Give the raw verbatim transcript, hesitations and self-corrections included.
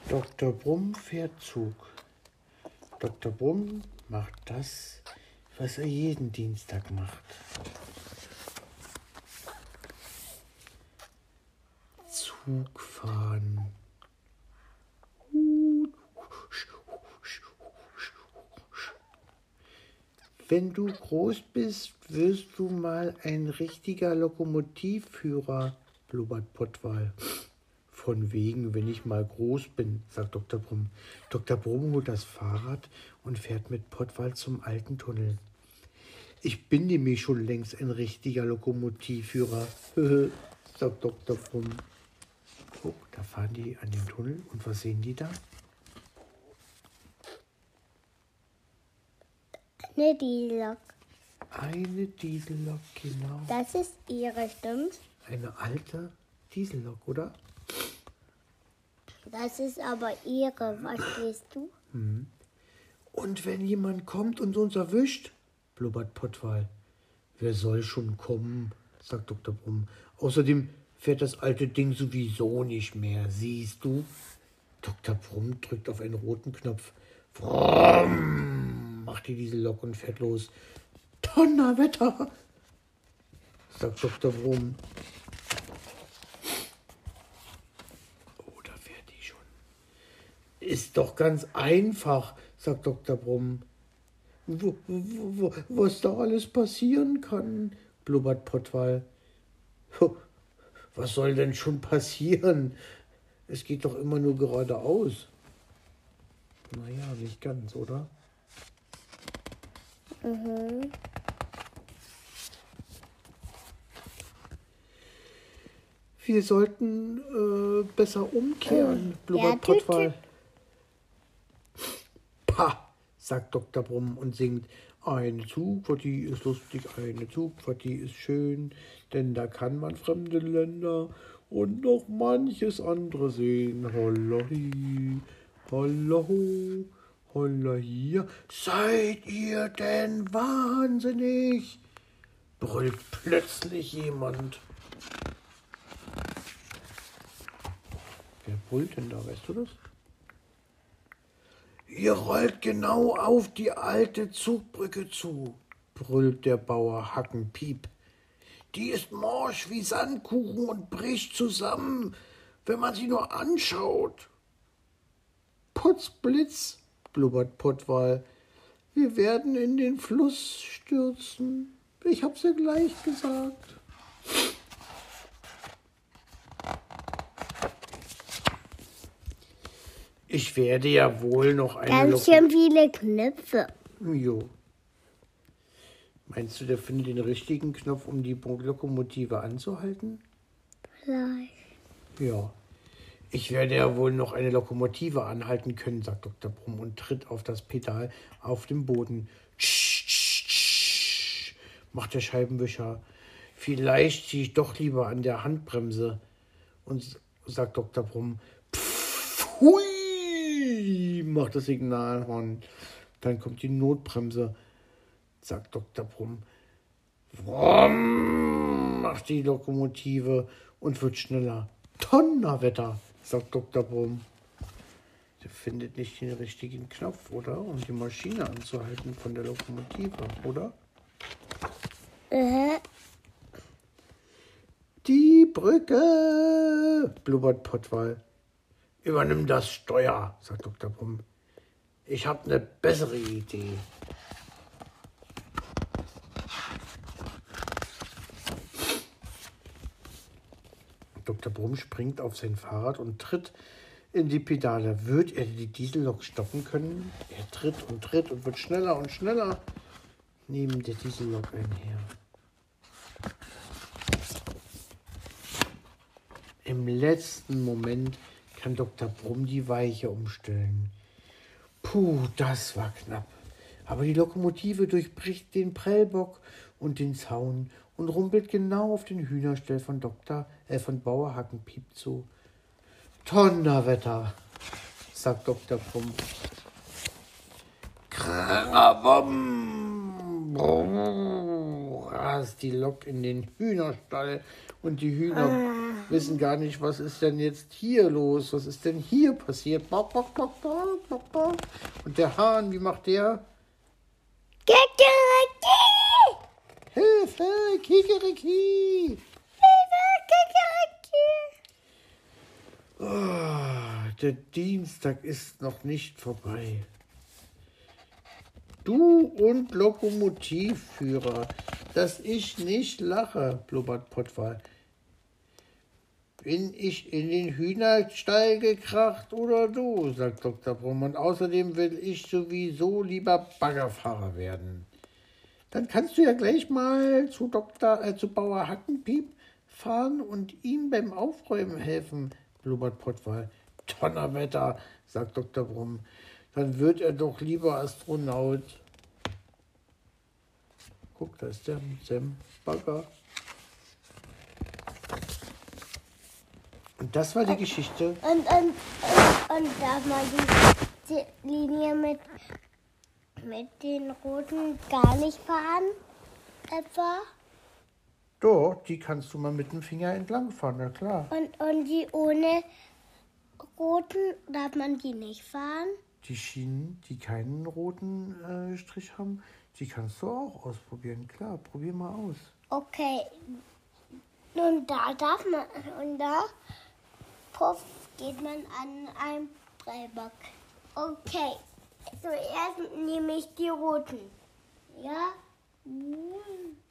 Doktor Brumm fährt Zug. Doktor Brumm macht das, was er jeden Dienstag macht. Zug fahren. Wenn du groß bist, wirst du mal ein richtiger Lokomotivführer, blubbert Pottwal. Von wegen, wenn ich mal groß bin, sagt Doktor Brumm. Doktor Brumm holt das Fahrrad und fährt mit Pottwal zum alten Tunnel. Ich bin nämlich schon längst ein richtiger Lokomotivführer, sagt Doktor Brumm. Oh, da fahren die an den Tunnel und was sehen die da? Eine Diesellok. Eine Diesellok, genau. Das ist ihre, stimmt's? Eine alte Diesellok, oder? Das ist aber ihre, verstehst du? Hm. Und wenn jemand kommt und uns erwischt, blubbert Pottwal. Wer soll schon kommen, sagt Doktor Brumm. Außerdem fährt das alte Ding sowieso nicht mehr, siehst du? Doktor Brumm drückt auf einen roten Knopf. Vroom, macht die Diesellok und fährt los. Donnerwetter, sagt Doktor Brumm. Oh, da fährt die schon. Ist doch ganz einfach, sagt Doktor Brumm. Wo, wo, was da alles passieren kann, blubbert Pottwal. Was soll denn schon passieren? Es geht doch immer nur geradeaus. Naja, nicht ganz, oder? Mhm. Wir sollten äh, besser umkehren, blubbert Ja, Pottwal. Pah, sagt Doktor Brumm und singt. Eine Zugpartie ist lustig, eine Zugpartie ist schön, denn da kann man fremde Länder und noch manches andere sehen. Holla hi, holla ho, holla hier. Seid ihr denn wahnsinnig? Brüllt plötzlich jemand. Wer brüllt denn da, weißt du das? Ihr rollt genau auf die alte Zugbrücke zu, brüllt der Bauer Hackenpiep. Die ist morsch wie Sandkuchen und bricht zusammen, wenn man sie nur anschaut. Potzblitz, blubbert Pottwal. Wir werden in den Fluss stürzen. Ich hab's ja gleich gesagt. Ich werde ja wohl noch eine... Ganz schön viele Knöpfe. Jo. Meinst du, der findet den richtigen Knopf, um die Lokomotive anzuhalten? Vielleicht. Ja. Ich werde ja wohl noch eine Lokomotive anhalten können, sagt Doktor Brumm und tritt auf das Pedal auf dem Boden. Tsch, tsch, tsch, macht der Scheibenwischer. Vielleicht ziehe ich doch lieber an der Handbremse. Und sagt Doktor Brumm. Pff, hui, macht das Signalhorn. Dann kommt die Notbremse, sagt Doktor Brumm. Vroom, macht die Lokomotive und wird schneller. Donnerwetter, sagt Doktor Brumm. Der findet nicht den richtigen Knopf, oder? Um die Maschine anzuhalten von der Lokomotive, oder? Mhm. Die Brücke, blubbert Pottwal. Übernimm das Steuer, sagt Doktor Brumm. Ich habe eine bessere Idee. Doktor Brumm springt auf sein Fahrrad und tritt in die Pedale. Wird er die Diesellok stoppen können? Er tritt und tritt und wird schneller und schneller neben der Diesellok einher. Im letzten Moment kann Doktor Brumm die Weiche umstellen. Puh, das war knapp. Aber die Lokomotive durchbricht den Prellbock und den Zaun und rumpelt genau auf den Hühnerstall von Doktor, äh, von Bauer Hackenpiep zu. Donnerwetter, sagt Doktor Brumm. Krabom, rast die Lok in den Hühnerstall und die Hühner Ah. wissen gar nicht, was ist denn jetzt hier los, was ist denn hier passiert. Bock, bock, bock, bock, bock, bock. Und der Hahn, wie macht der? Kikeriki! Hilfe, Kikeriki! Kikeriki! Oh, der Dienstag ist noch nicht vorbei. Du und Lokomotivführer, dass ich nicht lache, blubbert Pottwal. Bin ich in den Hühnerstall gekracht oder du, sagt Doktor Brumm. Und außerdem will ich sowieso lieber Baggerfahrer werden. Dann kannst du ja gleich mal zu Doktor, äh, zu Bauer Hackenpiep fahren und ihm beim Aufräumen helfen, blubbert Pottwal. Donnerwetter, sagt Doktor Brumm. Dann wird er doch lieber Astronaut. Guck, da ist der mit seinem Bagger. Und das war die Geschichte. Und, und, und, und darf man die, die Linie mit, mit den roten gar nicht fahren? Etwa? Doch, die kannst du mal mit dem Finger entlang fahren, na klar. Und, und die ohne roten, darf man die nicht fahren? Die Schienen, die keinen roten äh, Strich haben, die kannst du auch ausprobieren. Klar, probier mal aus. Okay. Und da darf man, und da, puff, geht man an einen Dreibock. Okay. Zuerst nehme ich die roten. Ja?